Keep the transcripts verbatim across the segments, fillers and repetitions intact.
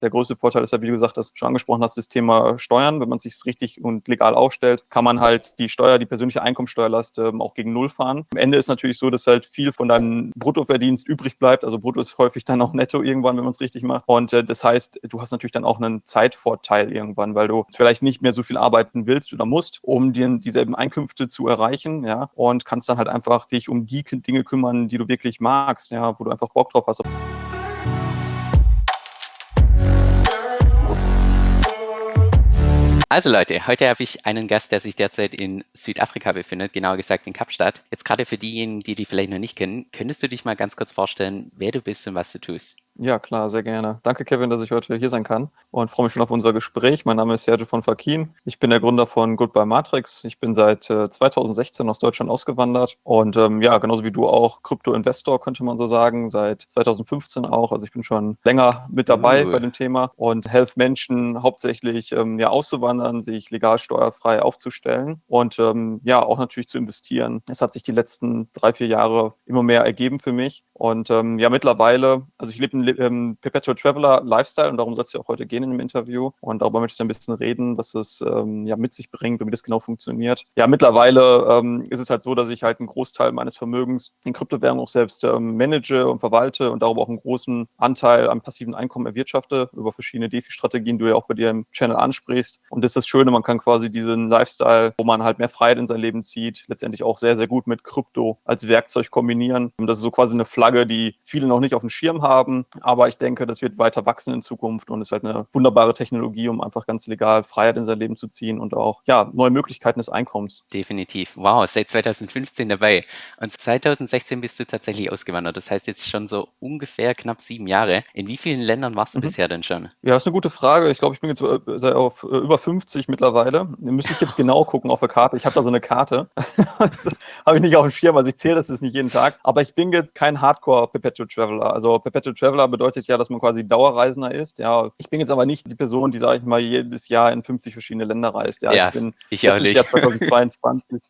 Der größte Vorteil ist ja, wie du gesagt hast, schon angesprochen hast, das Thema Steuern. Wenn man es sich richtig und legal aufstellt, kann man halt die Steuer, die persönliche Einkommensteuerlast ähm, auch gegen Null fahren. Am Ende ist natürlich so, dass halt viel von deinem Bruttoverdienst übrig bleibt. Also Brutto ist häufig dann auch netto irgendwann, wenn man es richtig macht. Und äh, das heißt, du hast natürlich dann auch einen Zeitvorteil irgendwann, weil du vielleicht nicht mehr so viel arbeiten willst oder musst, um dir dieselben Einkünfte zu erreichen, ja, und kannst dann halt einfach dich um die Dinge kümmern, die du wirklich magst, ja, wo du einfach Bock drauf hast. Also Leute, heute habe ich einen Gast, der sich derzeit in Südafrika befindet, genauer gesagt in Kapstadt. Jetzt gerade für diejenigen, die dich vielleicht noch nicht kennen, könntest du dich mal ganz kurz vorstellen, wer du bist und was du tust? Ja, klar, sehr gerne. Danke, Kevin, dass ich heute hier sein kann und freue mich schon auf unser Gespräch. Mein Name ist Sergio von Fakin. Ich bin der Gründer von Goodbye Matrix. Ich bin seit äh, zweitausendsechzehn aus Deutschland ausgewandert und ähm, ja, genauso wie du auch Krypto-Investor, könnte man so sagen, seit zweitausendfünfzehn auch. Also ich bin schon länger mit dabei Uh. bei dem Thema und helfe Menschen hauptsächlich ähm, ja, auszuwandern, sich legal steuerfrei aufzustellen und ähm, ja, auch natürlich zu investieren. Es hat sich die letzten drei, vier Jahre immer mehr ergeben für mich und ähm, ja, mittlerweile, also ich lebe in ähm, Perpetual Traveler Lifestyle und darum soll es ja auch heute gehen in dem Interview und darüber möchte ich ein bisschen reden, was es ähm, ja mit sich bringt und wie das genau funktioniert. Ja, mittlerweile ähm, ist es halt so, dass ich halt einen Großteil meines Vermögens in Kryptowährungen auch selbst ähm, manage und verwalte und darüber auch einen großen Anteil am passiven Einkommen erwirtschafte über verschiedene DeFi-Strategien, die du ja auch bei dir im Channel ansprichst. Und das ist das Schöne, man kann quasi diesen Lifestyle, wo man halt mehr Freiheit in sein Leben zieht, letztendlich auch sehr, sehr gut mit Krypto als Werkzeug kombinieren. Und das ist so quasi eine Flagge, die viele noch nicht auf dem Schirm haben, aber ich denke, das wird weiter wachsen in Zukunft und ist halt eine wunderbare Technologie, um einfach ganz legal Freiheit in sein Leben zu ziehen und auch ja, neue Möglichkeiten des Einkommens. Definitiv. Wow, seit zweitausendfünfzehn dabei. Und zweitausendsechzehn bist du tatsächlich ausgewandert. Das heißt jetzt schon so ungefähr knapp sieben Jahre. In wie vielen Ländern warst du Mhm. bisher denn schon? Ja, das ist eine gute Frage. Ich glaube, ich bin jetzt äh, auf äh, über fünfzig mittlerweile. Da müsste ich jetzt genau gucken auf der Karte. Ich habe da so eine Karte. Habe ich nicht auf dem Schirm, also ich zähle das jetzt nicht jeden Tag. Aber ich bin jetzt kein Hardcore-Perpetual Traveler. Also Perpetual Traveler bedeutet ja, dass man quasi Dauerreisender ist. Ja, ich bin jetzt aber nicht die Person, die, sage ich mal, jedes Jahr in fünfzig verschiedene Länder reist. Ja, Ja, ich bin ich auch letztes nicht. Jahr zweitausendzweiundzwanzig.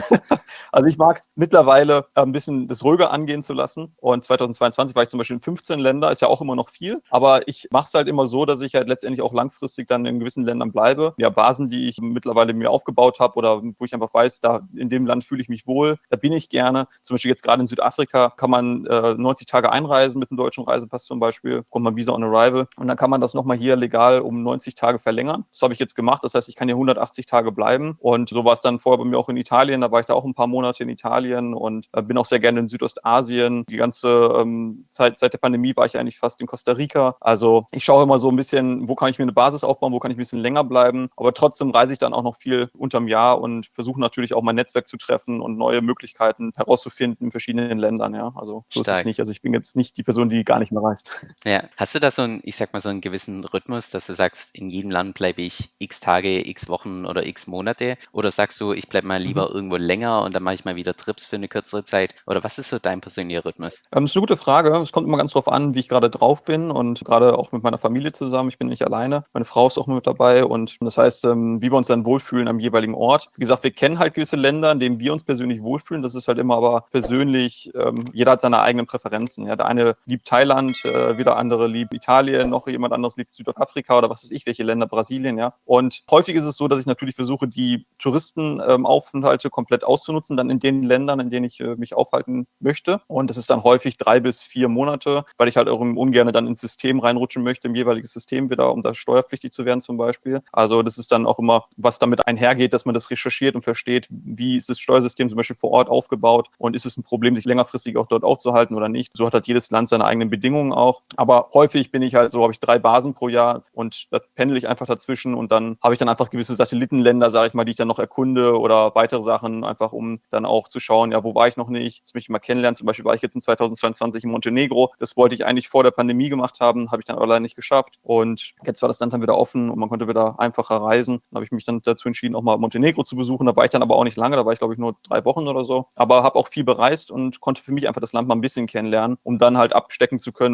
Also ich mag es mittlerweile äh, ein bisschen das ruhiger angehen zu lassen. Und zweitausendzweiundzwanzig war ich zum Beispiel in fünfzehn Länder, ist ja auch immer noch viel. Aber ich mache es halt immer so, dass ich halt letztendlich auch langfristig dann in gewissen Ländern bleibe. Ja, Basen, die ich mittlerweile mir aufgebaut habe oder wo ich einfach weiß, da in dem Land fühle ich mich wohl, da bin ich gerne. Zum Beispiel jetzt gerade in Südafrika kann man äh, neunzig Tage einreisen mit einem deutschen Reisepass zum Beispiel, kommt man Visa on Arrival und dann kann man das nochmal hier legal um neunzig Tage verlängern. Das habe ich jetzt gemacht, das heißt, ich kann hier hundertachtzig Tage bleiben und so war es dann vorher bei mir auch in Italien, da war ich da auch ein paar Monate in Italien und äh, bin auch sehr gerne in Südostasien. Die ganze ähm, Zeit seit der Pandemie war ich eigentlich fast in Costa Rica. Also ich schaue immer so ein bisschen, wo kann ich mir eine Basis aufbauen, wo kann ich ein bisschen länger bleiben, aber trotzdem reise ich dann auch noch viel unterm Jahr und versuche natürlich auch mein Netzwerk zu treffen und neue Möglichkeiten herauszufinden in verschiedenen Ländern, ja. Also so ist es Stark. nicht. Also ich bin jetzt nicht die Person, die gar nicht mehr reist. Ja. Hast du da so einen, ich sag mal, so einen gewissen Rhythmus, dass du sagst, in jedem Land bleibe ich x Tage, x Wochen oder x Monate? Oder sagst du, ich bleibe mal lieber Mhm. irgendwo länger und dann mache ich mal wieder Trips für eine kürzere Zeit? Oder was ist so dein persönlicher Rhythmus? Ähm, das ist eine gute Frage. Es kommt immer ganz drauf an, wie ich gerade drauf bin und gerade auch mit meiner Familie zusammen. Ich bin nicht alleine. Meine Frau ist auch mit dabei und das heißt, ähm, wie wir uns dann wohlfühlen am jeweiligen Ort. Wie gesagt, wir kennen halt gewisse Länder, in denen wir uns persönlich wohlfühlen. Das ist halt immer aber persönlich, ähm, jeder hat seine eigenen Präferenzen. Ja, der eine liebt Thailand, äh, wieder andere liebt Italien, noch jemand anderes liebt Südafrika oder was weiß ich, welche Länder, Brasilien, ja. Und häufig ist es so, dass ich natürlich versuche, die Touristenaufenthalte ähm, komplett auszunutzen, dann in den Ländern, in denen ich äh, mich aufhalten möchte. Und das ist dann häufig drei bis vier Monate, weil ich halt auch ungern dann ins System reinrutschen möchte, im jeweiligen System wieder, um da steuerpflichtig zu werden zum Beispiel. Also das ist dann auch immer, was damit einhergeht, dass man das recherchiert und versteht, wie ist das Steuersystem zum Beispiel vor Ort aufgebaut und ist es ein Problem, sich längerfristig auch dort aufzuhalten oder nicht. So hat halt jedes Land seine eigenen Bedingungen auch. Aber häufig bin ich halt so, habe ich drei Basen pro Jahr und das pendel ich einfach dazwischen und dann habe ich dann einfach gewisse Satellitenländer, sage ich mal, die ich dann noch erkunde oder weitere Sachen, einfach um dann auch zu schauen, ja, wo war ich noch nicht, das möchte ich mal kennenlernen. Zum Beispiel war ich jetzt in zweitausendzweiundzwanzig in Montenegro. Das wollte ich eigentlich vor der Pandemie gemacht haben, habe ich dann aber leider nicht geschafft. Und jetzt war das Land dann wieder offen und man konnte wieder einfacher reisen. Dann habe ich mich dann dazu entschieden, auch mal Montenegro zu besuchen. Da war ich dann aber auch nicht lange, da war ich glaube ich nur drei Wochen oder so. Aber habe auch viel bereist und konnte für mich einfach das Land mal ein bisschen kennenlernen, um dann halt abstecken zu können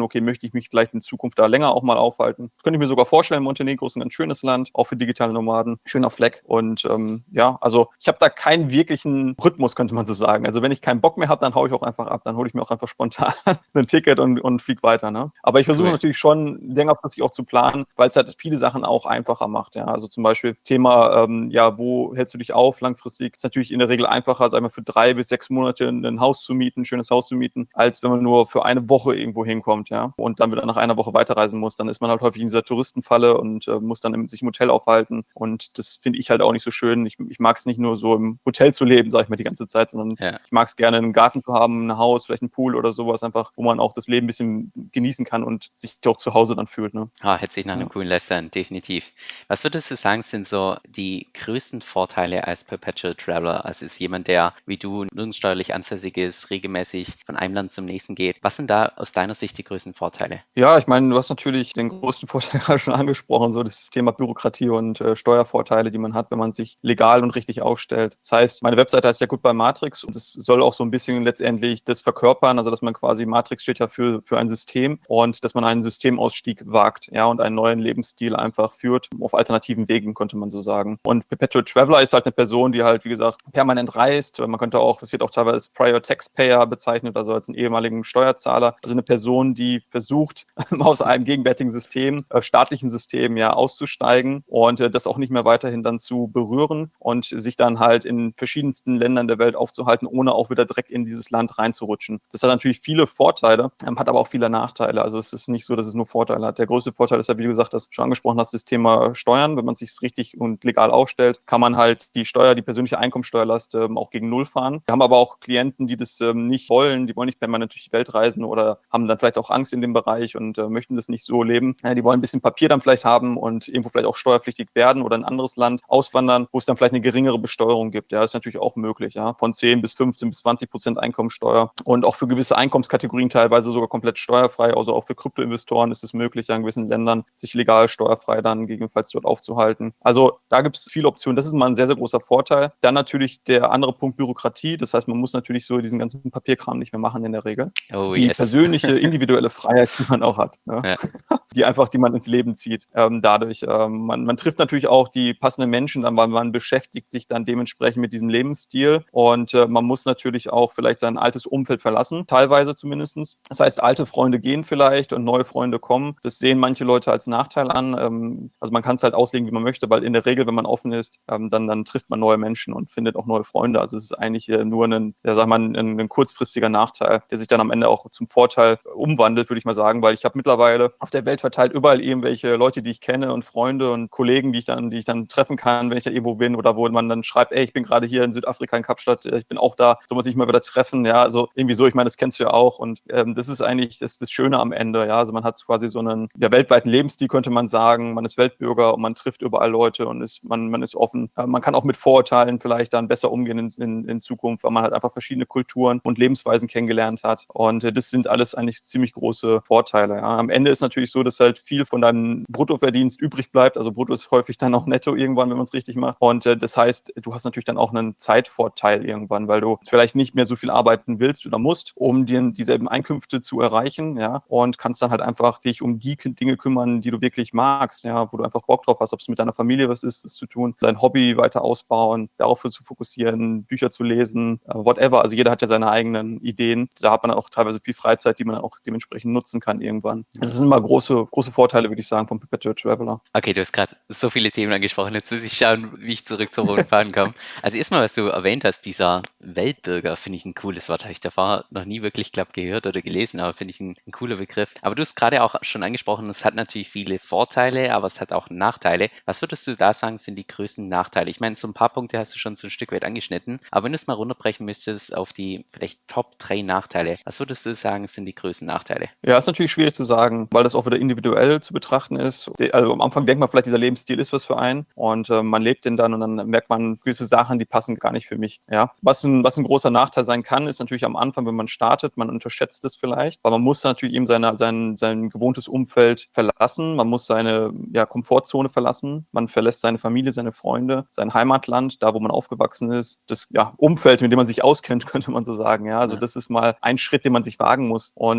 okay, möchte ich mich vielleicht in Zukunft da länger auch mal aufhalten. Das könnte ich mir sogar vorstellen. Montenegro ist ein ganz schönes Land, auch für digitale Nomaden. Schöner Fleck. Und ähm, ja, also ich habe da keinen wirklichen Rhythmus, könnte man so sagen. Also wenn ich keinen Bock mehr habe, dann haue ich auch einfach ab. Dann hole ich mir auch einfach spontan ein Ticket und, und fliege weiter. Ne? Aber ich versuche Cool. natürlich schon längerfristig auch zu planen, weil es halt viele Sachen auch einfacher macht. Ja? Also zum Beispiel Thema, ähm, ja, wo hältst du dich auf langfristig? Ist natürlich in der Regel einfacher, sagen wir, für drei bis sechs Monate ein Haus zu mieten, ein schönes Haus zu mieten, als wenn man nur für eine Woche irgendwo hinkommt, ja, und dann wieder nach einer Woche weiterreisen muss. Dann ist man halt häufig in dieser Touristenfalle und äh, muss dann im, sich im Hotel aufhalten. Und das finde ich halt auch nicht so schön. Ich, ich mag es nicht nur so im Hotel zu leben, sage ich mal die ganze Zeit, sondern Ja. ich mag es gerne, einen Garten zu haben, ein Haus, vielleicht einen Pool oder sowas, einfach, wo man auch das Leben ein bisschen genießen kann und sich auch zu Hause dann fühlt. Ne? Ah, hört sich nach einem Ja. coolen Lifestyle an, definitiv. Was würdest du sagen, sind so die größten Vorteile als Perpetual Traveler? Also ist jemand, der wie du nirgends steuerlich ansässig ist, regelmäßig von einem Land zum nächsten geht. Was sind da aus deiner Sicht die größten Vorteile? Ja, ich meine, du hast natürlich den größten Vorteil gerade schon angesprochen, so das Thema Bürokratie und äh, Steuervorteile, die man hat, wenn man sich legal und richtig aufstellt. Das heißt, meine Webseite heißt ja Goodbye Matrix und das soll auch so ein bisschen letztendlich das verkörpern, also dass man quasi, Matrix steht ja für, für ein System und dass man einen Systemausstieg wagt, ja, und einen neuen Lebensstil einfach führt, auf alternativen Wegen, könnte man so sagen. Und Perpetual Traveler ist halt eine Person, die halt, wie gesagt, permanent reist. Man könnte auch, es wird auch teilweise als Prior Taxpayer bezeichnet, also als einen ehemaligen Steuerzahler. Also eine Person, die versucht, aus einem gegenwärtigen System, äh, staatlichen System, ja, auszusteigen und äh, das auch nicht mehr weiterhin dann zu berühren und sich dann halt in verschiedensten Ländern der Welt aufzuhalten, ohne auch wieder direkt in dieses Land reinzurutschen. Das hat natürlich viele Vorteile, ähm, hat aber auch viele Nachteile. Also es ist nicht so, dass es nur Vorteile hat. Der größte Vorteil ist ja, wie du gesagt hast, schon angesprochen hast, das Thema Steuern. Wenn man es sich richtig und legal aufstellt, kann man halt die Steuer, die persönliche Einkommensteuerlast ähm, auch gegen Null fahren. Wir haben aber auch Klienten, die das ähm, nicht wollen, die wollen nicht permanent durch die Welt reisen oder haben dann vielleicht auch Angst in dem Bereich und äh, möchten das nicht so leben. Ja, die wollen ein bisschen Papier dann vielleicht haben und irgendwo vielleicht auch steuerpflichtig werden oder in ein anderes Land auswandern, wo es dann vielleicht eine geringere Besteuerung gibt. Ja, das ist natürlich auch möglich, ja, von zehn bis fünfzehn bis zwanzig Prozent Einkommensteuer und auch für gewisse Einkommenskategorien teilweise sogar komplett steuerfrei. Also auch für Kryptoinvestoren ist es möglich, ja, in gewissen Ländern sich legal steuerfrei dann gegebenenfalls dort aufzuhalten. Also da gibt es viele Optionen. Das ist mal ein sehr, sehr großer Vorteil. Dann natürlich der andere Punkt Bürokratie. Das heißt, man muss natürlich so diesen ganzen Papierkram nicht mehr machen in der Regel. Oh, Die yes. persönliche, individuelle Freiheit, die man auch hat, ne? Ja. Die einfach, die man ins Leben zieht. Ähm, dadurch, ähm, man, man trifft natürlich auch die passenden Menschen dann, weil man beschäftigt sich dann dementsprechend mit diesem Lebensstil und äh, man muss natürlich auch vielleicht sein altes Umfeld verlassen, teilweise zumindest. Das heißt, alte Freunde gehen vielleicht und neue Freunde kommen. Das sehen manche Leute als Nachteil an. Ähm, also man kann es halt auslegen, wie man möchte, weil in der Regel, wenn man offen ist, ähm, dann, dann trifft man neue Menschen und findet auch neue Freunde. Also es ist eigentlich äh, nur ein, ja, sag mal, ein, ein kurzfristiger Nachteil, der sich dann am Ende auch zum Vorteil umwandelt, würde ich mal sagen, weil ich habe mittlerweile auf der Welt verteilt überall irgendwelche Leute, die ich kenne und Freunde und Kollegen, die ich dann, die ich dann treffen kann, wenn ich da irgendwo bin oder wo man dann schreibt, ey, ich bin gerade hier in Südafrika in Kapstadt, ich bin auch da, soll man sich mal wieder treffen, ja, also irgendwie so, ich meine, das kennst du ja auch und ähm, das ist eigentlich das, das Schöne am Ende, ja, also man hat quasi so einen ja, weltweiten Lebensstil, könnte man sagen, man ist Weltbürger und man trifft überall Leute und ist, man, man ist offen, äh, man kann auch mit Vorurteilen vielleicht dann besser umgehen in, in, in Zukunft, weil man halt einfach verschiedene Kulturen und Lebensweisen kennengelernt hat und äh, das sind alles eigentlich ziemlich große Vorteile, ja. Am Ende ist natürlich so, dass halt viel von deinem Bruttoverdienst übrig bleibt, also Brutto ist häufig dann auch netto irgendwann, wenn man es richtig macht und äh, das heißt, du hast natürlich dann auch einen Zeitvorteil irgendwann, weil du vielleicht nicht mehr so viel arbeiten willst oder musst, um dir dieselben Einkünfte zu erreichen, ja, und kannst dann halt einfach dich um die Dinge kümmern, die du wirklich magst, ja, wo du einfach Bock drauf hast, ob es mit deiner Familie was ist, was zu tun, dein Hobby weiter ausbauen, darauf zu fokussieren, Bücher zu lesen, uh, whatever, also jeder hat ja seine eigenen Ideen, da hat man dann auch teilweise viel Freizeit, die man dann auch dementsprechend nutzen kann irgendwann. Das sind immer große, große Vorteile, würde ich sagen, vom Perpetual Traveler. Okay, du hast gerade so viele Themen angesprochen, jetzt muss ich schauen, wie ich zurück zur roten Faden komme. Also erstmal, was du erwähnt hast, dieser Weltbürger, finde ich ein cooles Wort, habe ich davor noch nie wirklich, glaube gehört oder gelesen, aber finde ich ein, ein cooler Begriff. Aber du hast gerade auch schon angesprochen, es hat natürlich viele Vorteile, aber es hat auch Nachteile. Was würdest du da sagen, sind die größten Nachteile? Ich meine, so ein paar Punkte hast du schon so ein Stück weit angeschnitten, aber wenn du es mal runterbrechen müsstest auf die vielleicht Top drei Nachteile, was würdest du sagen, sind die größten Nachteile? Ja, ist natürlich schwierig zu sagen, weil das auch wieder individuell zu betrachten ist. Also am Anfang denkt man vielleicht, dieser Lebensstil ist was für einen und äh, man lebt den dann und dann merkt man gewisse Sachen, die passen gar nicht für mich. Ja, was ein, was ein großer Nachteil sein kann, ist natürlich am Anfang, wenn man startet, man unterschätzt es vielleicht, weil man muss natürlich eben seine, sein, sein gewohntes Umfeld verlassen, man muss seine ja, Komfortzone verlassen, man verlässt seine Familie, seine Freunde, sein Heimatland, da wo man aufgewachsen ist, das ja, Umfeld, mit dem man sich auskennt, könnte man so sagen. Ja, also das ist mal ein Schritt, den man sich wagen muss und am Ende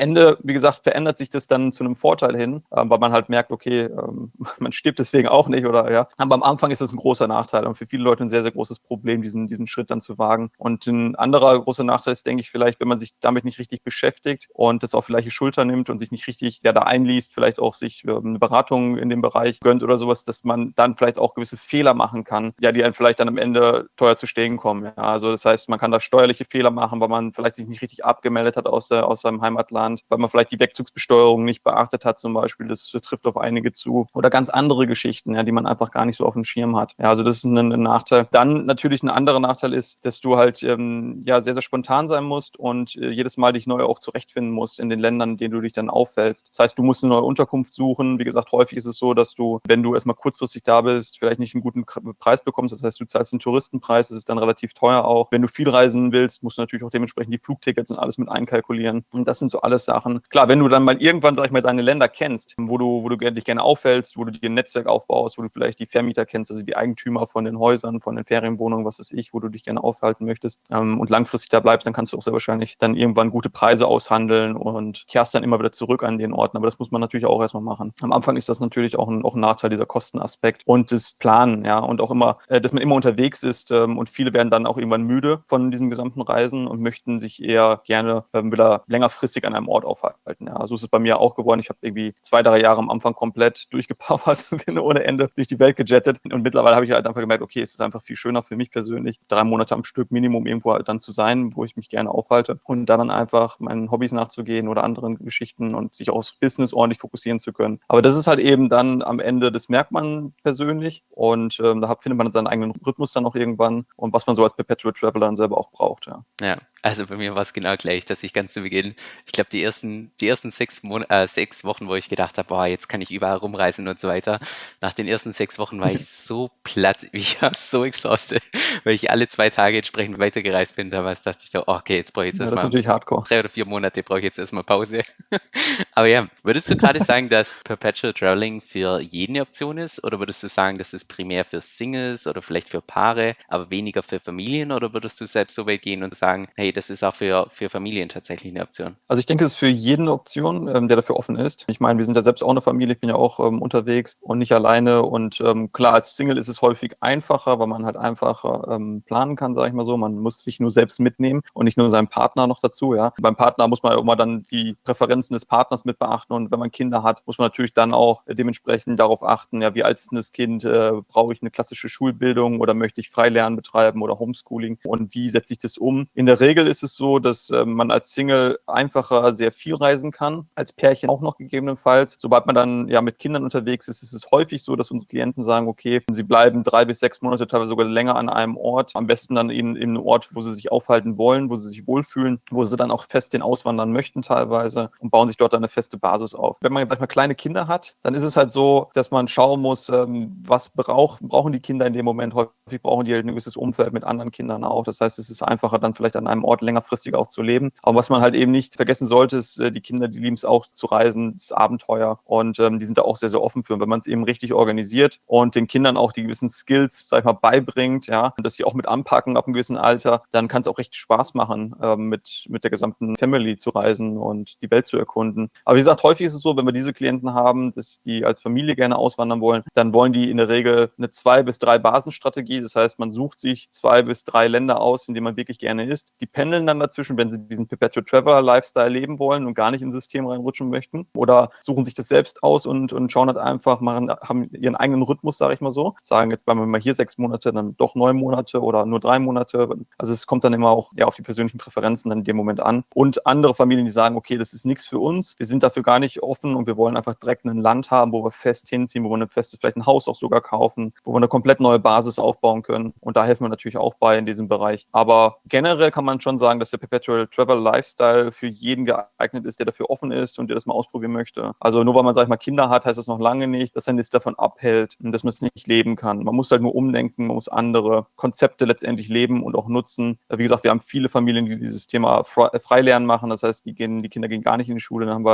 Ende, wie gesagt, verändert sich das dann zu einem Vorteil hin, ähm, weil man halt merkt, okay, ähm, man stirbt deswegen auch nicht oder ja. Aber am Anfang ist das ein großer Nachteil und für viele Leute ein sehr, sehr großes Problem, diesen, diesen Schritt dann zu wagen. Und ein anderer großer Nachteil ist, denke ich, vielleicht, wenn man sich damit nicht richtig beschäftigt und das auf vielleicht die Schulter nimmt und sich nicht richtig ja, da einliest, vielleicht auch sich ähm, eine Beratung in dem Bereich gönnt oder sowas, dass man dann vielleicht auch gewisse Fehler machen kann, ja, die einem vielleicht dann am Ende teuer zu stehen kommen. Ja. Also das heißt, man kann da steuerliche Fehler machen, weil man vielleicht sich nicht richtig abgemeldet hat aus, der, aus seinem Heimatland, weil man vielleicht die Wegzugsbesteuerung nicht beachtet hat zum Beispiel, das trifft auf einige zu. Oder ganz andere Geschichten, ja, die man einfach gar nicht so auf dem Schirm hat. Ja, also das ist ein, ein Nachteil. Dann natürlich ein anderer Nachteil ist, dass du halt ähm, ja, sehr, sehr spontan sein musst und äh, jedes Mal dich neu auch zurechtfinden musst in den Ländern, in denen du dich dann auffällst. Das heißt, du musst eine neue Unterkunft suchen. Wie gesagt, häufig ist es so, dass du, wenn du erstmal kurzfristig da bist, vielleicht nicht einen guten Preis bekommst. Das heißt, du zahlst den Touristenpreis, das ist dann relativ teuer auch. Wenn du viel reisen willst, musst du natürlich auch dementsprechend die Flugtickets und alles mit einkalkulieren. Und das sind so alles Sachen. Klar, wenn du dann mal irgendwann, sag ich mal, deine Länder kennst, wo du, wo du dich gerne auffällst, wo du dir ein Netzwerk aufbaust, wo du vielleicht die Vermieter kennst, also die Eigentümer von den Häusern, von den Ferienwohnungen, was weiß ich, wo du dich gerne aufhalten möchtest ähm, und langfristig da bleibst, dann kannst du auch sehr wahrscheinlich dann irgendwann gute Preise aushandeln und kehrst dann immer wieder zurück an den Orten. Aber das muss man natürlich auch erstmal machen. Am Anfang ist das natürlich auch ein, auch ein Nachteil, dieser Kostenaspekt und das Planen, ja, und auch immer, äh, dass man immer unterwegs ist ähm, und viele werden dann auch irgendwann müde von diesem gesamten Reisen und möchten sich eher gerne ähm, wieder längerfristig an einem Ort aufhalten. Ja, so ist es bei mir auch geworden. Ich habe irgendwie zwei, drei Jahre am Anfang komplett durchgepowert, bin ohne Ende durch die Welt gejettet und mittlerweile habe ich halt einfach gemerkt, okay, es ist einfach viel schöner für mich persönlich, drei Monate am Stück Minimum irgendwo halt dann zu sein, wo ich mich gerne aufhalte und dann einfach meinen Hobbys nachzugehen oder anderen Geschichten und sich aufs Business ordentlich fokussieren zu können. Aber das ist halt eben dann am Ende, das merkt man persönlich und ähm, da findet man seinen eigenen Rhythmus dann auch irgendwann und was man so als Perpetual Traveler dann selber auch braucht, ja. Ja, also bei mir war es genau gleich, dass ich ganz zu Beginn, ich glaube, die ersten, die ersten sechs, Mon äh, sechs Wochen, wo ich gedacht habe, boah, jetzt kann ich überall rumreisen und so weiter. Nach den ersten sechs Wochen war ich so platt, ich war so exhausted, weil ich alle zwei Tage entsprechend weitergereist bin. Damals dachte ich doch, oh, okay, jetzt brauche ich jetzt Ja, das ist erstmal natürlich hardcore. drei oder vier Monate, brauche ich jetzt erstmal Pause. Aber ja, würdest du gerade sagen, dass Perpetual Traveling für jeden eine Option ist? Oder würdest du sagen, das ist primär für Singles oder vielleicht für Paare, aber weniger für Familien? Oder würdest du selbst so weit gehen und sagen, hey, das ist auch für, für Familien tatsächlich eine Option? Also ich denke, es ist für jeden eine Option, ähm, der dafür offen ist. Ich meine, wir sind ja selbst auch eine Familie, ich bin ja auch ähm, unterwegs und nicht alleine. Und ähm, klar, als Single ist es häufig einfacher, weil man halt einfacher ähm, planen kann, sage ich mal so. Man muss sich nur selbst mitnehmen und nicht nur seinen Partner noch dazu. Ja, beim Partner muss man ja immer dann die Präferenzen des Partners mit beachten. Und wenn man Kinder hat, muss man natürlich dann auch äh, dementsprechend darauf achten, ja, wie alt ist denn das Kind? Äh, brauche ich eine klassische Schulbildung oder möchte ich Freilernen betreiben oder Homeschooling? Und wie setze ich das um? In der Regel ist es so, dass äh, man als Single einfacher sehr viel reisen kann, als Pärchen auch noch gegebenenfalls. Sobald man dann ja mit Kindern unterwegs ist, ist es häufig so, dass unsere Klienten sagen, okay, sie bleiben drei bis sechs Monate, teilweise sogar länger an einem Ort. Am besten dann in, in einem Ort, wo sie sich aufhalten wollen, wo sie sich wohlfühlen, wo sie dann auch fest hin auswandern möchten teilweise und bauen sich dort dann eine feste Basis auf. Wenn man, sag ich mal, kleine Kinder hat, dann ist es halt so, dass man schauen muss, ähm, was brauch, brauchen die Kinder in dem Moment. Häufig brauchen die halt ein gewisses Umfeld mit anderen Kindern auch. Das heißt, es ist einfacher, dann vielleicht an einem Ort längerfristig auch zu leben. Aber was man halt eben nicht vergessen sollte, ist, äh, die Kinder, die lieben es auch zu reisen, das Abenteuer und ähm, die sind da auch sehr, sehr offen für. Und wenn man es eben richtig organisiert und den Kindern auch die gewissen Skills, sag ich mal, beibringt, ja, dass sie auch mit anpacken ab einem gewissen Alter, dann kann es auch richtig Spaß machen, ähm, mit, mit der gesamten Family zu reisen und die Welt zu erkunden. Aber wie gesagt, häufig ist es so, wenn wir diese Klienten haben, dass die als Familie gerne auswandern wollen, dann wollen die in der Regel eine zwei bis drei Basenstrategie. Das heißt, man sucht sich zwei bis drei Länder aus, in denen man wirklich gerne ist. Die pendeln dann dazwischen, wenn sie diesen Perpetual Traveler Lifestyle leben wollen und gar nicht ins System reinrutschen möchten, oder suchen sich das selbst aus und, und schauen halt einfach, machen, haben ihren eigenen Rhythmus, sage ich mal so. Sagen, jetzt bleiben wir mal hier sechs Monate, dann doch neun Monate oder nur drei Monate. Also es kommt dann immer auch ja, auf die persönlichen Präferenzen dann in dem Moment an. Und andere Familien, die sagen, okay, das ist nichts für uns, wir sind dafür gar nicht offen und wir wollen einfach direkt ein Land haben, wo wir fest hinziehen, wo wir ein festes, vielleicht ein Haus auch sogar kaufen, wo wir eine komplett neue Basis aufbauen können. Und da helfen wir natürlich auch bei in diesem Bereich. Aber generell kann man schon sagen, dass der Perpetual Travel Lifestyle für jeden geeignet ist, der dafür offen ist und der das mal ausprobieren möchte. Also nur weil man, sag ich mal, Kinder hat, heißt das noch lange nicht, dass er nichts davon abhält, dass man es nicht leben kann. Man muss halt nur umdenken, man muss andere Konzepte letztendlich leben und auch nutzen. Wie gesagt, wir haben viele Familien, die dieses Thema Freilernen machen. Das heißt, die, gehen, die Kinder gehen gar nicht in die Schule. Dann haben wir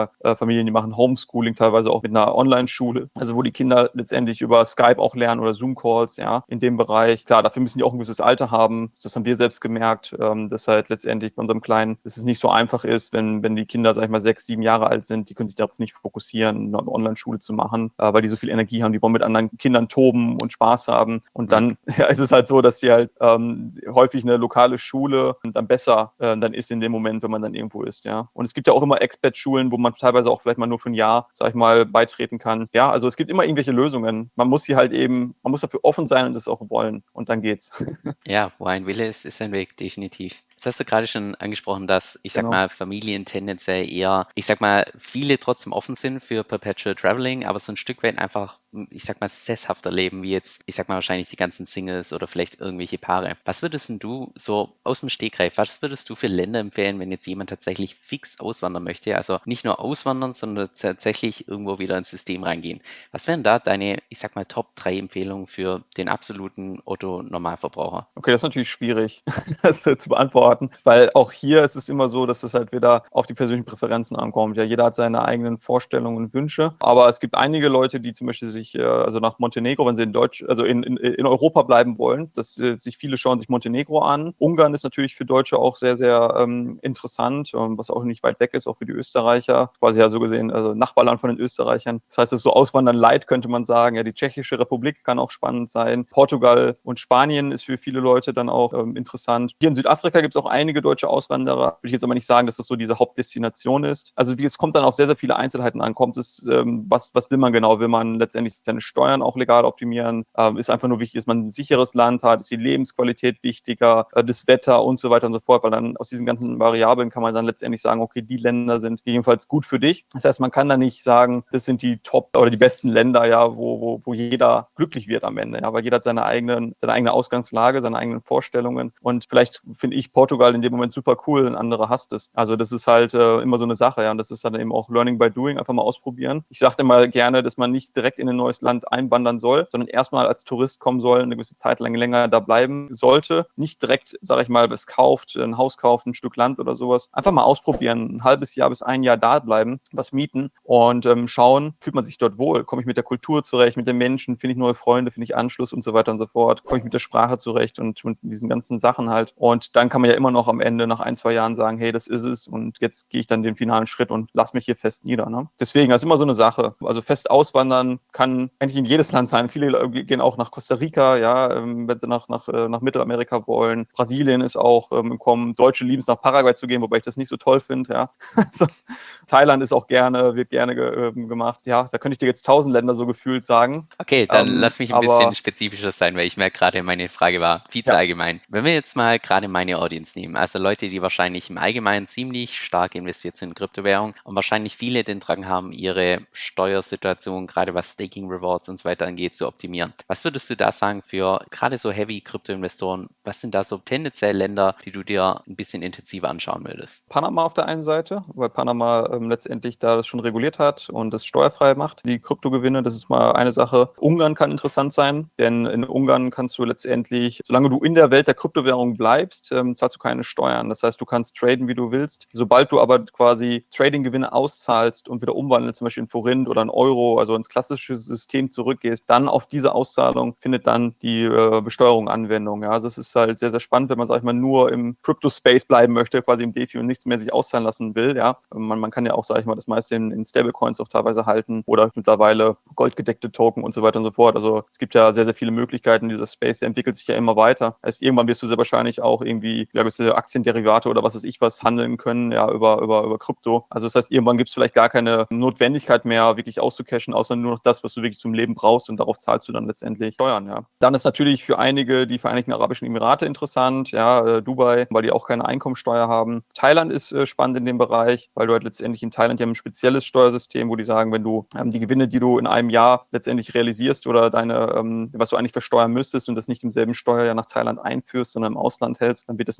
äh, Familien, die machen Homeschooling, teilweise auch mit einer Online-Schule, also wo die Kinder letztendlich über Skype auch lernen oder Zoom-Calls, ja, in dem Bereich. Klar, dafür müssen die auch ein gewisses Alter haben. Das haben wir selbst gemerkt, ähm, dass halt letztendlich bei unserem Kleinen, dass es nicht so einfach ist, wenn, wenn die Kinder, sag ich mal, sechs, sieben Jahre alt sind, die können sich darauf nicht fokussieren, eine Online-Schule zu machen, äh, weil die so viel Energie haben, die wollen mit anderen Kindern toben und Spaß haben. Und dann ja, ist es halt so, dass die halt ähm, häufig eine lokale Schule dann besser äh, dann ist in dem Moment, wenn man dann irgendwo ist, ja. Und es gibt ja auch immer Expat-Schulen, wo man teilweise auch vielleicht mal nur für ein Jahr, sag ich mal, beitreten kann. Ja, also es gibt immer irgendwelche Lösungen. Man muss sie halt eben, man muss dafür offen sein und das auch wollen. Und dann geht's. Ja, wo ein Wille ist, ist ein Weg, definitiv. Jetzt hast du gerade schon angesprochen, dass, ich sag Genau. mal, Familien tendenziell eher, ich sag mal, viele trotzdem offen sind für Perpetual Traveling, aber so ein Stück weit einfach, ich sag mal, sesshafter leben, wie jetzt, ich sag mal, wahrscheinlich die ganzen Singles oder vielleicht irgendwelche Paare. Was würdest denn du so aus dem Stegreif, was würdest du für Länder empfehlen, wenn jetzt jemand tatsächlich fix auswandern möchte? Also nicht nur auswandern, sondern tatsächlich irgendwo wieder ins System reingehen. Was wären da deine, ich sag mal, Top drei Empfehlungen für den absoluten Otto-Normalverbraucher? Okay, das ist natürlich schwierig, das zu beantworten, weil auch hier ist es immer so, dass es halt wieder auf die persönlichen Präferenzen ankommt. Ja, jeder hat seine eigenen Vorstellungen und Wünsche, aber es gibt einige Leute, die zum Beispiel sich, äh, also nach Montenegro, wenn sie in Deutsch, also in, in, in Europa bleiben wollen, dass äh, sich viele schauen sich Montenegro an. Ungarn ist natürlich für Deutsche auch sehr, sehr ähm, interessant, ähm, was auch nicht weit weg ist, auch für die Österreicher, quasi ja so gesehen, also Nachbarland von den Österreichern. Das heißt, es ist so Auswandern light, könnte man sagen. Ja, die Tschechische Republik kann auch spannend sein. Portugal und Spanien ist für viele Leute dann auch ähm, interessant. Hier in Südafrika gibt es auch einige deutsche Auswanderer. Würde ich jetzt aber nicht sagen, dass das so diese Hauptdestination ist. Also wie, es kommt dann auf sehr, sehr viele Einzelheiten an. Kommt es, ähm, was, was will man genau? Will man letztendlich seine Steuern auch legal optimieren? Ähm, ist einfach nur wichtig, dass man ein sicheres Land hat? Ist die Lebensqualität wichtiger? Äh, das Wetter und so weiter und so fort? Weil dann aus diesen ganzen Variablen kann man dann letztendlich sagen, okay, die Länder sind jedenfalls gut für dich. Das heißt, man kann da nicht sagen, das sind die Top- oder die besten Länder, ja, wo, wo, wo jeder glücklich wird am Ende. Ja, weil jeder hat seine eigenen, seine eigene Ausgangslage, seine eigenen Vorstellungen. Und vielleicht finde ich Portugal in dem Moment super cool, ein anderer hasst es. Also das ist halt äh, immer so eine Sache, ja. Und das ist dann eben auch Learning by Doing, einfach mal ausprobieren. Ich sagte mal gerne, dass man nicht direkt in ein neues Land einwandern soll, sondern erstmal als Tourist kommen soll, eine gewisse Zeit lang länger da bleiben sollte. Nicht direkt, sage ich mal, was kauft, ein Haus kauft, ein Stück Land oder sowas. Einfach mal ausprobieren, ein halbes Jahr bis ein Jahr da bleiben, was mieten und ähm, schauen, fühlt man sich dort wohl? Komme ich mit der Kultur zurecht, mit den Menschen? Finde ich neue Freunde? Finde ich Anschluss und so weiter und so fort? Komme ich mit der Sprache zurecht und mit diesen ganzen Sachen halt? Und dann kann man ja immer noch am Ende nach ein, zwei Jahren sagen, hey, das ist es und jetzt gehe ich dann den finalen Schritt und lass mich hier fest nieder. Ne? Deswegen, das ist immer so eine Sache. Also fest auswandern kann eigentlich in jedes Land sein. Viele gehen auch nach Costa Rica, ja, wenn sie nach, nach, nach Mittelamerika wollen. Brasilien ist auch ähm, im Kommen. Deutsche lieben es, nach Paraguay zu gehen, wobei ich das nicht so toll finde. Ja. Also, Thailand ist auch gerne, wird gerne ge, äh, gemacht. Ja, da könnte ich dir jetzt tausend Länder so gefühlt sagen. Okay, dann Ähm, lass mich ein aber bisschen spezifischer sein, weil ich merke gerade, meine Frage war viel zu ja, allgemein. Wenn wir jetzt mal gerade meine Audience nehmen, also Leute, die wahrscheinlich im Allgemeinen ziemlich stark investiert sind in Kryptowährung und wahrscheinlich viele den Drang haben, ihre Steuersituation, gerade was Staking Rewards und so weiter angeht, zu optimieren. Was würdest du da sagen für gerade so Heavy Krypto-Investoren? Was sind da so tendenziell Länder, die du dir ein bisschen intensiver anschauen würdest? Panama auf der einen Seite, weil Panama ähm, letztendlich da das schon reguliert hat und das steuerfrei macht. Die Kryptogewinne, das ist mal eine Sache. Ungarn kann interessant sein, denn in Ungarn kannst du letztendlich, solange du in der Welt der Kryptowährung bleibst, ähm, zahlst du keine Steuern. Das heißt, du kannst traden, wie du willst. Sobald du aber quasi Trading-Gewinne auszahlst und wieder umwandelst, zum Beispiel in Forint oder in Euro, also ins klassische System zurückgehst, dann auf diese Auszahlung findet dann die äh, Besteuerung Anwendung. Ja? Also es ist halt sehr, sehr spannend, wenn man, sag ich mal, nur im Crypto-Space bleiben möchte, quasi im DeFi und nichts mehr sich auszahlen lassen will. Ja? Man, man kann ja auch, sag ich mal, das meiste in, in Stablecoins auch teilweise halten oder mittlerweile goldgedeckte Token und so weiter und so fort. Also es gibt ja sehr, sehr viele Möglichkeiten. Dieser Space, der entwickelt sich ja immer weiter. Heißt, irgendwann wirst du sehr wahrscheinlich auch irgendwie, ja, Aktienderivate oder was weiß ich was handeln können, ja, über, über, über Krypto. Also das heißt, irgendwann gibt es vielleicht gar keine Notwendigkeit mehr, wirklich auszucashen, außer nur noch das, was du wirklich zum Leben brauchst und darauf zahlst du dann letztendlich Steuern, ja. Dann ist natürlich für einige die Vereinigten Arabischen Emirate interessant, ja, äh, Dubai, weil die auch keine Einkommensteuer haben. Thailand ist äh, spannend in dem Bereich, weil du halt letztendlich in Thailand ja ein spezielles Steuersystem, wo die sagen, wenn du ähm, die Gewinne, die du in einem Jahr letztendlich realisierst oder deine, ähm, was du eigentlich versteuern müsstest und das nicht im selben Steuerjahr nach Thailand einführst, sondern im Ausland hältst, dann wird das nicht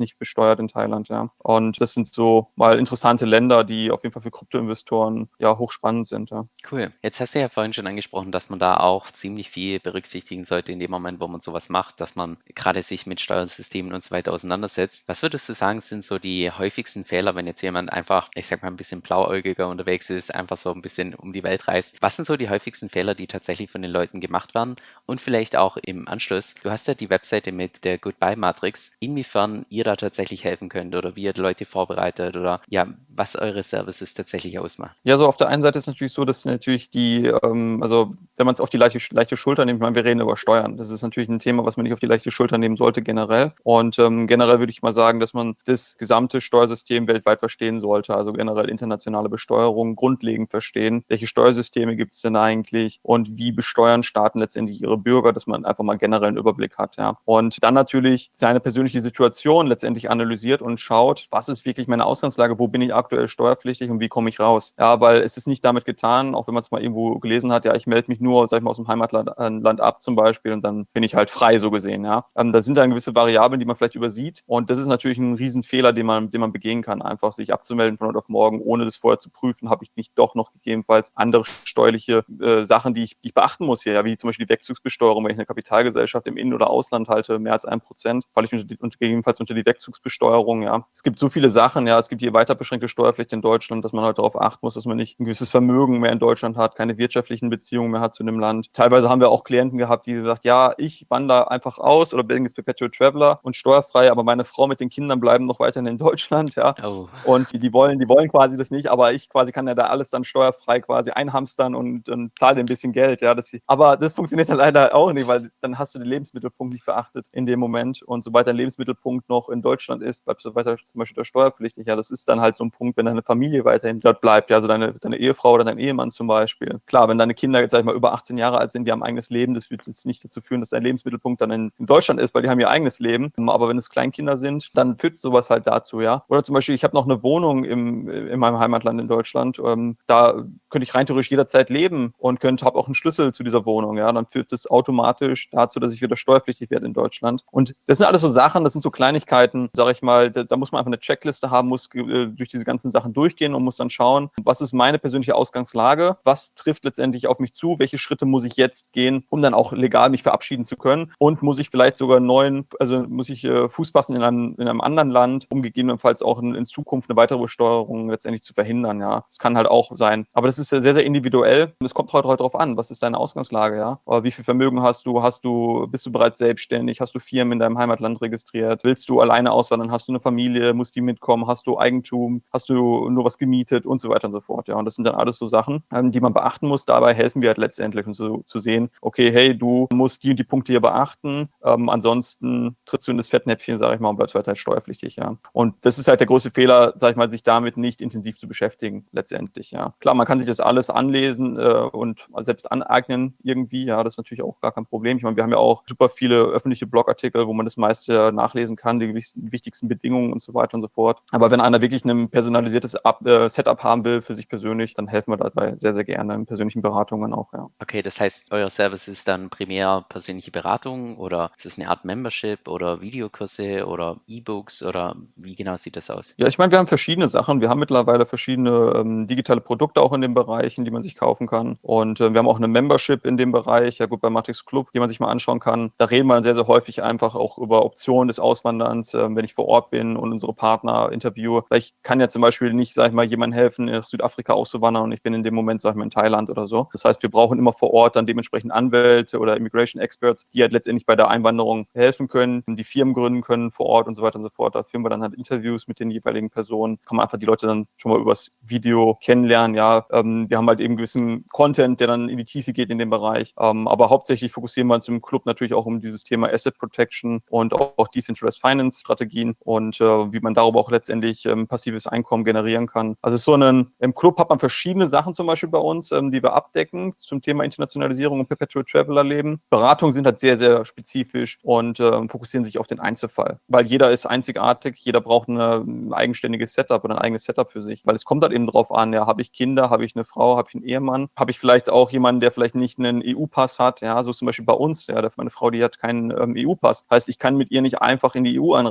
steuerpflichtig besteuert in Thailand, ja. Und das sind so mal interessante Länder, die auf jeden Fall für Kryptoinvestoren ja hochspannend sind, ja. Cool. Jetzt hast du ja vorhin schon angesprochen, dass man da auch ziemlich viel berücksichtigen sollte in dem Moment, wo man sowas macht, dass man gerade sich mit Steuersystemen und so weiter auseinandersetzt. Was würdest du sagen, sind so die häufigsten Fehler, wenn jetzt jemand einfach, ich sag mal, ein bisschen blauäugiger unterwegs ist, einfach so ein bisschen um die Welt reist? Was sind so die häufigsten Fehler, die tatsächlich von den Leuten gemacht werden? Und vielleicht auch im Anschluss, du hast ja die Webseite mit der Goodbye Matrix, inwiefern ihr da tatsächlich helfen könnt oder wie ihr die Leute vorbereitet oder ja, was eure Services tatsächlich ausmacht. Ja, so auf der einen Seite ist es natürlich so, dass natürlich die, ähm, also wenn man es auf die leichte, leichte Schulter nimmt, ich meine, wir reden über Steuern. Das ist natürlich ein Thema, was man nicht auf die leichte Schulter nehmen sollte generell. Und ähm, generell würde ich mal sagen, dass man das gesamte Steuersystem weltweit verstehen sollte, also generell internationale Besteuerung grundlegend verstehen. Welche Steuersysteme gibt es denn eigentlich und wie besteuern Staaten letztendlich ihre Bürger, dass man einfach mal generell einen Überblick hat. Ja. Und dann natürlich seine persönliche Situation letztendlich analysiert und schaut, was ist wirklich meine Ausgangslage, wo bin ich aktuell steuerpflichtig und wie komme ich raus. Ja, weil es ist nicht damit getan, auch wenn man es mal irgendwo gelesen hat, ja, ich melde mich nur, sag ich mal, aus dem Heimatland äh, Land ab zum Beispiel und dann bin ich halt frei, so gesehen, ja. Ähm, da sind dann gewisse Variablen, die man vielleicht übersieht und das ist natürlich ein Riesenfehler, den man, den man begehen kann, einfach sich abzumelden von heute auf morgen, ohne das vorher zu prüfen, habe ich nicht doch noch gegebenenfalls andere steuerliche äh, Sachen, die ich, die ich beachten muss hier, ja, wie zum Beispiel die Wegzugsbesteuerung, wenn ich eine Kapitalgesellschaft im In- oder Ausland halte, mehr als ein Prozent, falle ich unter die, unter, gegebenenfalls unter die Wegzugsbesteuerung, ja. Es gibt so viele Sachen, ja, es gibt hier weiter beschränkte Steuerpflicht in Deutschland, dass man halt darauf achten muss, dass man nicht ein gewisses Vermögen mehr in Deutschland hat, keine wirtschaftlichen Beziehungen mehr hat zu dem Land. Teilweise haben wir auch Klienten gehabt, die gesagt, ja, ich wandere einfach aus oder bin jetzt Perpetual Traveler und steuerfrei, aber meine Frau mit den Kindern bleiben noch weiterhin in Deutschland, ja. Oh. Und die, die wollen, die wollen quasi das nicht, aber ich quasi kann ja da alles dann steuerfrei quasi einhamstern und, und zahle ein bisschen Geld, ja. Das, aber das funktioniert dann leider auch nicht, weil dann hast du den Lebensmittelpunkt nicht beachtet in dem Moment. Und sobald dein Lebensmittelpunkt noch in Deutschland ist, bleibst du weiter zum Beispiel der steuerpflichtig. Ja, das ist dann halt so ein Punkt, wenn deine Familie weiterhin dort bleibt, ja, also deine, deine Ehefrau oder dein Ehemann zum Beispiel. Klar, wenn deine Kinder jetzt, sag ich mal, über achtzehn Jahre alt sind, die haben ein eigenes Leben, das wird jetzt nicht dazu führen, dass dein Lebensmittelpunkt dann in, in Deutschland ist, weil die haben ihr eigenes Leben. Aber wenn es Kleinkinder sind, dann führt sowas halt dazu, ja. Oder zum Beispiel, ich habe noch eine Wohnung im, in meinem Heimatland in Deutschland. Ähm, da könnte ich rein theoretisch jederzeit leben und könnte, habe auch einen Schlüssel zu dieser Wohnung, ja. Dann führt das automatisch dazu, dass ich wieder steuerpflichtig werde in Deutschland. Und das sind alles so Sachen, das sind so Kleinigkeiten, sage ich mal, da, da muss man einfach eine Checkliste haben, muss äh, durch diese ganzen Sachen durchgehen und muss dann schauen, was ist meine persönliche Ausgangslage, was trifft letztendlich auf mich zu, welche Schritte muss ich jetzt gehen, um dann auch legal mich verabschieden zu können und muss ich vielleicht sogar neuen, also muss ich äh, Fuß fassen in einem, in einem anderen Land, um gegebenenfalls auch in, in Zukunft eine weitere Besteuerung letztendlich zu verhindern, ja. Das kann halt auch sein. Aber das ist ja sehr, sehr individuell und es kommt heute halt darauf an, was ist deine Ausgangslage, ja. Oder wie viel Vermögen hast du, hast du, bist du bereits selbstständig, hast du Firmen in deinem Heimatland registriert, willst du alleine auswandern, hast du eine Familie, muss die mitkommen, hast du Eigentum, hast du nur was gemietet und so weiter und so fort, ja. Und das sind dann alles so Sachen, ähm, die man beachten muss. Dabei helfen wir halt letztendlich, um so zu sehen, okay, hey, du musst die und die Punkte hier beachten, ähm, ansonsten trittst du in das Fettnäpfchen, sage ich mal, und bleibst weiter steuerpflichtig, ja. Und das ist halt der größte Fehler, sage ich mal, sich damit nicht intensiv zu beschäftigen, letztendlich, ja. Klar, man kann sich das alles anlesen äh, und selbst aneignen irgendwie, ja, das ist natürlich auch gar kein Problem. Ich meine, wir haben ja auch super viele öffentliche Blogartikel, wo man das meiste nachlesen kann, die wichtigsten Bedingungen und so weiter und so fort. Aber wenn einer wirklich ein personalisiertes Up, äh, Setup haben will für sich persönlich, dann helfen wir dabei sehr, sehr gerne in persönlichen Beratungen auch, ja. Okay, das heißt, euer Service ist dann primär persönliche Beratung oder ist es eine Art Membership oder Videokurse oder E-Books oder wie genau sieht das aus? Ja, ich meine, wir haben verschiedene Sachen. Wir haben mittlerweile verschiedene ähm, digitale Produkte auch in den Bereichen, die man sich kaufen kann. Und äh, wir haben auch eine Membership in dem Bereich, ja gut, bei Matrix Club, die man sich mal anschauen kann. Da reden wir sehr, sehr häufig einfach auch über Optionen des Auswanderns, äh, wenn ich vor Ort bin und unsere Partner interviewe. Weil ich kann ja zum Beispiel nicht, sag ich mal, jemandem helfen, nach Südafrika auszuwandern und ich bin in dem Moment, sag ich mal, in Thailand oder so. Das heißt, wir brauchen immer vor Ort dann dementsprechend Anwälte oder Immigration Experts, die halt letztendlich bei der Einwanderung helfen können, die Firmen gründen können vor Ort und so weiter und so fort. Da führen wir dann halt Interviews mit den jeweiligen Personen. Kann man einfach die Leute dann schon mal übers Video kennenlernen. Ja, ähm, wir haben halt eben gewissen Content, der dann in die Tiefe geht in dem Bereich. Ähm, aber hauptsächlich fokussieren wir uns im Club natürlich auch um dieses Thema Asset Protection und auch, auch Decentralized Finance Strategien und äh, wie man darüber auch letztendlich ähm, passives Einkommen generieren kann. Also es ist so ein, im Club hat man verschiedene Sachen zum Beispiel bei uns, ähm, die wir abdecken zum Thema Internationalisierung und Perpetual Traveler Leben. Beratungen sind halt sehr, sehr spezifisch und ähm, fokussieren sich auf den Einzelfall, weil jeder ist einzigartig, jeder braucht eine, ein eigenständiges Setup oder ein eigenes Setup für sich, weil es kommt halt eben drauf an, ja, habe ich Kinder, habe ich eine Frau, habe ich einen Ehemann, habe ich vielleicht auch jemanden, der vielleicht nicht einen E U-Pass hat, ja, so zum Beispiel bei uns, ja, meine Frau, die hat keinen ähm, E U-Pass, heißt, ich kann mit ihr nicht einfach in die E U einreisen,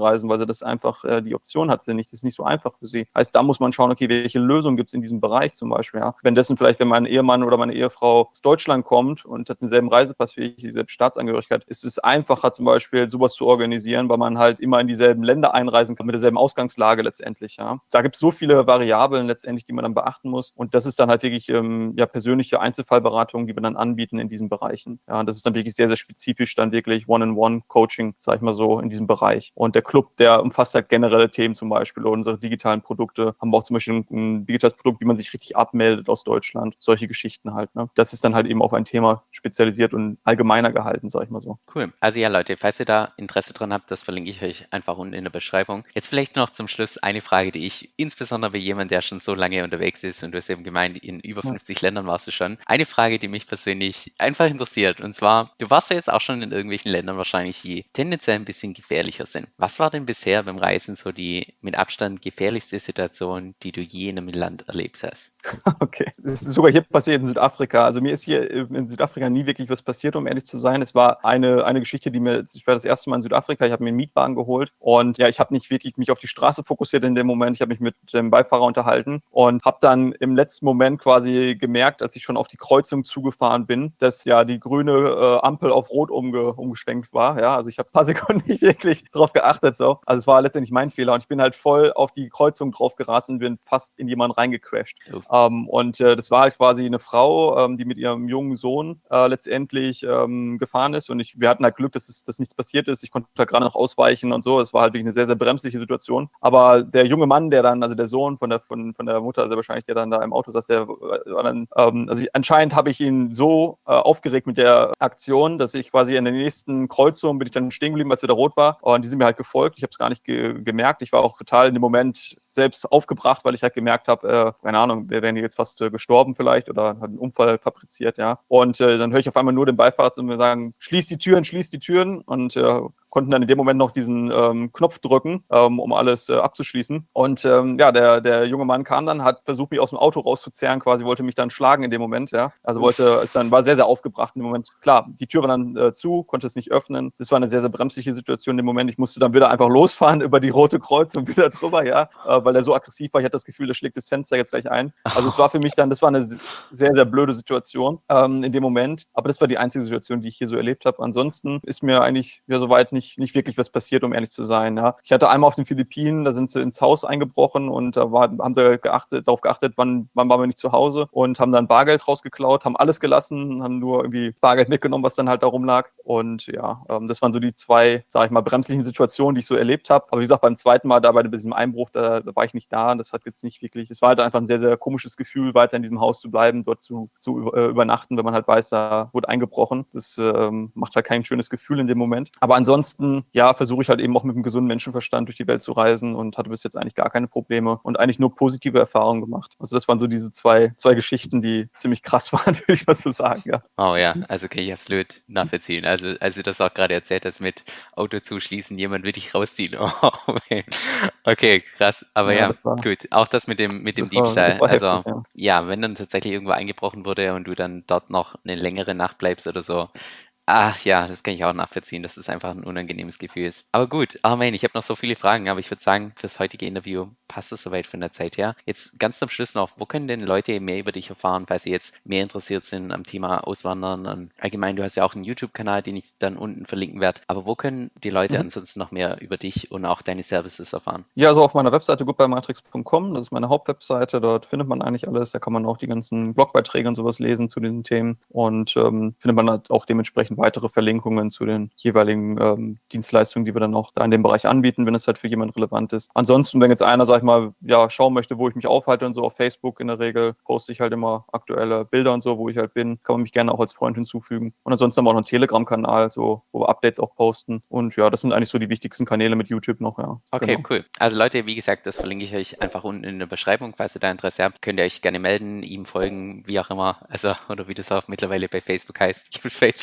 einzureisen, weil sie das einfach, äh, die Option hat sie nicht. Das ist nicht so einfach für sie. Heißt, da muss man schauen, okay, welche Lösung gibt es in diesem Bereich zum Beispiel, ja. Währenddessen vielleicht, wenn mein Ehemann oder meine Ehefrau aus Deutschland kommt und hat denselben Reisepass wie ich, dieselbe Staatsangehörigkeit, ist es einfacher zum Beispiel, sowas zu organisieren, weil man halt immer in dieselben Länder einreisen kann, mit derselben Ausgangslage letztendlich, ja. Da gibt es so viele Variablen letztendlich, die man dann beachten muss. Und das ist dann halt wirklich ähm, ja, persönliche Einzelfallberatung, die wir dann anbieten in diesen Bereichen. Ja, und das ist dann wirklich sehr, sehr spezifisch, dann wirklich One-on-One-Coaching, sag ich mal so, in diesem Bereich. Und der Club, der umfasst halt generelle Themen zum Beispiel. Unsere digitalen Produkte haben wir auch zum Beispiel ein, ein digitales Produkt, wie man sich richtig abmeldet aus Deutschland. Solche Geschichten halt. Ne? Das ist dann halt eben auf ein Thema spezialisiert und allgemeiner gehalten, sag ich mal so. Cool. Also ja, Leute, falls ihr da Interesse dran habt, das verlinke ich euch einfach unten in der Beschreibung. Jetzt vielleicht noch zum Schluss eine Frage, die ich insbesondere bei jemandem, der schon so lange unterwegs ist, und du hast eben gemeint, in über Ja. fünfzig Ländern warst du schon. Eine Frage, die mich persönlich einfach interessiert, und zwar, du warst ja jetzt auch schon in irgendwelchen Ländern wahrscheinlich, die tendenziell ein bisschen gefährlicher sind. Was war denn bisher beim Reisen so die mit Abstand gefährlichste Situation, die du je in einem Land erlebt hast? Okay, das ist sogar hier passiert in Südafrika. Also mir ist hier in Südafrika nie wirklich was passiert, um ehrlich zu sein. Es war eine, eine Geschichte, die mir, ich war das erste Mal in Südafrika, ich habe mir einen Mietwagen geholt und ja, ich habe nicht wirklich mich auf die Straße fokussiert in dem Moment. Ich habe mich mit dem Beifahrer unterhalten und habe dann im letzten Moment quasi gemerkt, als ich schon auf die Kreuzung zugefahren bin, dass ja die grüne äh, Ampel auf Rot umge umgeschwenkt war. Ja, also ich habe ein paar Sekunden nicht wirklich drauf geachtet. So. Also es war letztendlich mein Fehler und ich bin halt voll auf die Kreuzung drauf gerast und bin fast in jemanden reingecrashed. Oh. Ähm, und äh, das war halt quasi eine Frau, ähm, die mit ihrem jungen Sohn äh, letztendlich ähm, gefahren ist. Und ich, wir hatten halt Glück, dass, es, dass nichts passiert ist. Ich konnte da gerade noch ausweichen und so. Es war halt wirklich eine sehr, sehr bremsliche Situation. Aber der junge Mann, der dann, also der Sohn von der, von, von der Mutter, also wahrscheinlich, der dann da im Auto saß, der war dann, ähm, also ich, anscheinend habe ich ihn so äh, aufgeregt mit der Aktion, dass ich quasi in der nächsten Kreuzung bin ich dann stehen geblieben, als wieder rot war. Und die sind mir halt gefolgt. Ich habe es gar nicht ge gemerkt. Ich war auch total in dem Moment selbst aufgebracht, weil ich halt gemerkt habe, äh, keine Ahnung, wir wären hier jetzt fast äh, gestorben vielleicht oder hat einen Unfall fabriziert, ja. Und äh, dann höre ich auf einmal nur den Beifahrer zu mir sagen, schließ die Türen, schließ die Türen und äh, konnten dann in dem Moment noch diesen ähm, Knopf drücken, ähm, um alles äh, abzuschließen. Und ähm, ja, der, der junge Mann kam dann, hat versucht, mich aus dem Auto rauszuzerren, quasi wollte mich dann schlagen in dem Moment, ja. Also wollte, es dann war sehr, sehr aufgebracht in dem Moment. Klar, die Tür war dann äh, zu, konnte es nicht öffnen. Das war eine sehr, sehr bremsliche Situation in dem Moment. Ich musste dann wieder einfach losfahren über die rote Kreuzung wieder drüber, ja, äh, weil er so aggressiv war. Ich hatte das Gefühl, der schlägt das Fenster jetzt gleich ein. Also es war für mich dann, das war eine sehr, sehr blöde Situation ähm, in dem Moment. Aber das war die einzige Situation, die ich hier so erlebt habe. Ansonsten ist mir eigentlich ja soweit nicht, nicht wirklich was passiert, um ehrlich zu sein. Ja. Ich hatte einmal auf den Philippinen, da sind sie ins Haus eingebrochen und da war, haben sie geachtet, darauf geachtet, wann, wann waren wir nicht zu Hause und haben dann Bargeld rausgeklaut, haben alles gelassen, haben nur irgendwie Bargeld mitgenommen, was dann halt da rumlag. Und ja, ähm, das waren so die zwei, sage ich mal, bremslichen Situationen, die ich so erlebt habe. Aber wie gesagt, beim zweiten Mal da bei diesem Einbruch, da, da war ich nicht da. Das hat jetzt nicht wirklich, es war halt einfach ein sehr, sehr komisches Gefühl, weiter in diesem Haus zu bleiben, dort zu, zu äh, übernachten, wenn man halt weiß, da wurde eingebrochen. Das ähm, macht halt kein schönes Gefühl in dem Moment. Aber ansonsten, ja, versuche ich halt eben auch mit einem gesunden Menschenverstand durch die Welt zu reisen und hatte bis jetzt eigentlich gar keine Probleme und eigentlich nur positive Erfahrungen gemacht. Also das waren so diese zwei, zwei Geschichten, die ziemlich krass waren, würde ich mal so sagen, ja. Oh ja, also kann ich absolut nachvollziehen. Also, als du das auch gerade erzählt hast mit Auto zuschließen, jemand will dich rausziehen. Oh, man. Okay, krass. Aber Ja, ja, das war, gut. Auch das mit dem, mit dem das war, das Diebstahl. war Also, heftig, ja. ja, wenn dann tatsächlich irgendwo eingebrochen wurde und du dann dort noch eine längere Nacht bleibst oder so. Ach ja, das kann ich auch nachvollziehen, dass es einfach ein unangenehmes Gefühl ist. Aber gut, Armin, ich habe noch so viele Fragen, aber ich würde sagen, fürs heutige Interview passt es soweit von der Zeit her. Jetzt ganz zum Schluss noch, wo können denn Leute mehr über dich erfahren, falls sie jetzt mehr interessiert sind am Thema Auswandern? Und allgemein, du hast ja auch einen YouTube-Kanal, den ich dann unten verlinken werde. Aber wo können die Leute Mhm. ansonsten noch mehr über dich und auch deine Services erfahren? Ja, also auf meiner Webseite goodbyematrix punkt com, das ist meine Hauptwebseite, dort findet man eigentlich alles, da kann man auch die ganzen Blogbeiträge und sowas lesen zu den Themen und ähm, findet man halt auch dementsprechend weitere Verlinkungen zu den jeweiligen ähm, Dienstleistungen, die wir dann auch da in dem Bereich anbieten, wenn es halt für jemanden relevant ist. Ansonsten, wenn jetzt einer, sag ich mal, ja, schauen möchte, wo ich mich aufhalte und so, auf Facebook in der Regel poste ich halt immer aktuelle Bilder und so, wo ich halt bin, kann man mich gerne auch als Freund hinzufügen. Und ansonsten haben wir auch noch einen Telegram-Kanal, so, wo wir Updates auch posten und ja, das sind eigentlich so die wichtigsten Kanäle mit YouTube noch, ja. Okay, Genau. cool. Also Leute, wie gesagt, das verlinke ich euch einfach unten in der Beschreibung. Falls ihr da Interesse habt, könnt ihr euch gerne melden, ihm folgen, wie auch immer. Also, oder wie das auch mittlerweile bei Facebook heißt. Ich habe Facebook schon lange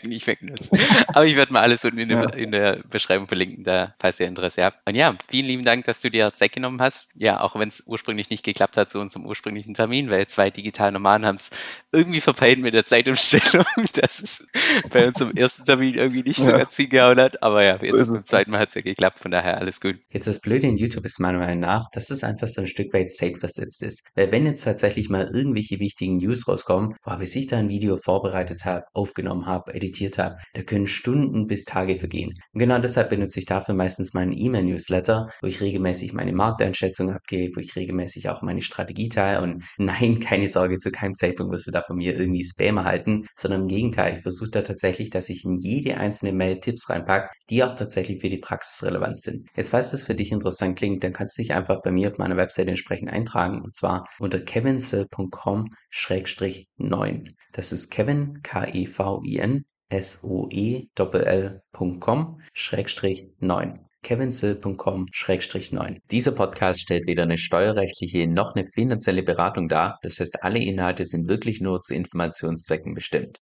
nicht mehr genutzt. Aber ich werde mal alles unten in der, Ja. in der Beschreibung verlinken, da falls ihr Interesse habt. Und ja, vielen lieben Dank, dass du dir Zeit genommen hast. Ja, auch wenn es ursprünglich nicht geklappt hat zu unserem ursprünglichen Termin, weil zwei digitale Nomaden haben es irgendwie verpeilt mit der Zeitumstellung, dass es bei unserem ersten Termin irgendwie nicht so Ja. ganz hingehauen hat. Aber ja, So jetzt ist es. beim zweiten Mal hat es ja geklappt, von daher alles gut. Jetzt das Blöde in YouTube ist meiner Meinung nach, dass es einfach so ein Stück weit zeitversetzt ist. Weil wenn jetzt tatsächlich mal irgendwelche wichtigen News rauskommen, boah, bis ich da ein Video vorbereitet habe, aufgenommen habe, editiert habe, da können Stunden bis Tage vergehen. Und genau deshalb benutze ich dafür meistens meinen E-Mail-Newsletter, wo ich regelmäßig meine Markteinschätzung abgebe, wo ich regelmäßig auch meine Strategie teile. Und nein, keine Sorge, zu keinem Zeitpunkt wirst du da von mir irgendwie Spam erhalten, sondern im Gegenteil, ich versuche da tatsächlich, dass ich in jede einzelne Mail Tipps reinpacke, die auch tatsächlich für die Praxis relevant sind. Jetzt, falls das für dich interessant klingt, dann kannst du dich einfach bei mir auf meiner Webseite entsprechend eintragen, und zwar unter kevinsoe punkt com Schrägstrich neun. Das ist Kevin, K E V I N, S O E L L Punkt com Schrägstrich neun. kevinsoe punkt com Schrägstrich neun. Dieser Podcast stellt weder eine steuerrechtliche noch eine finanzielle Beratung dar. Das heißt, alle Inhalte sind wirklich nur zu Informationszwecken bestimmt.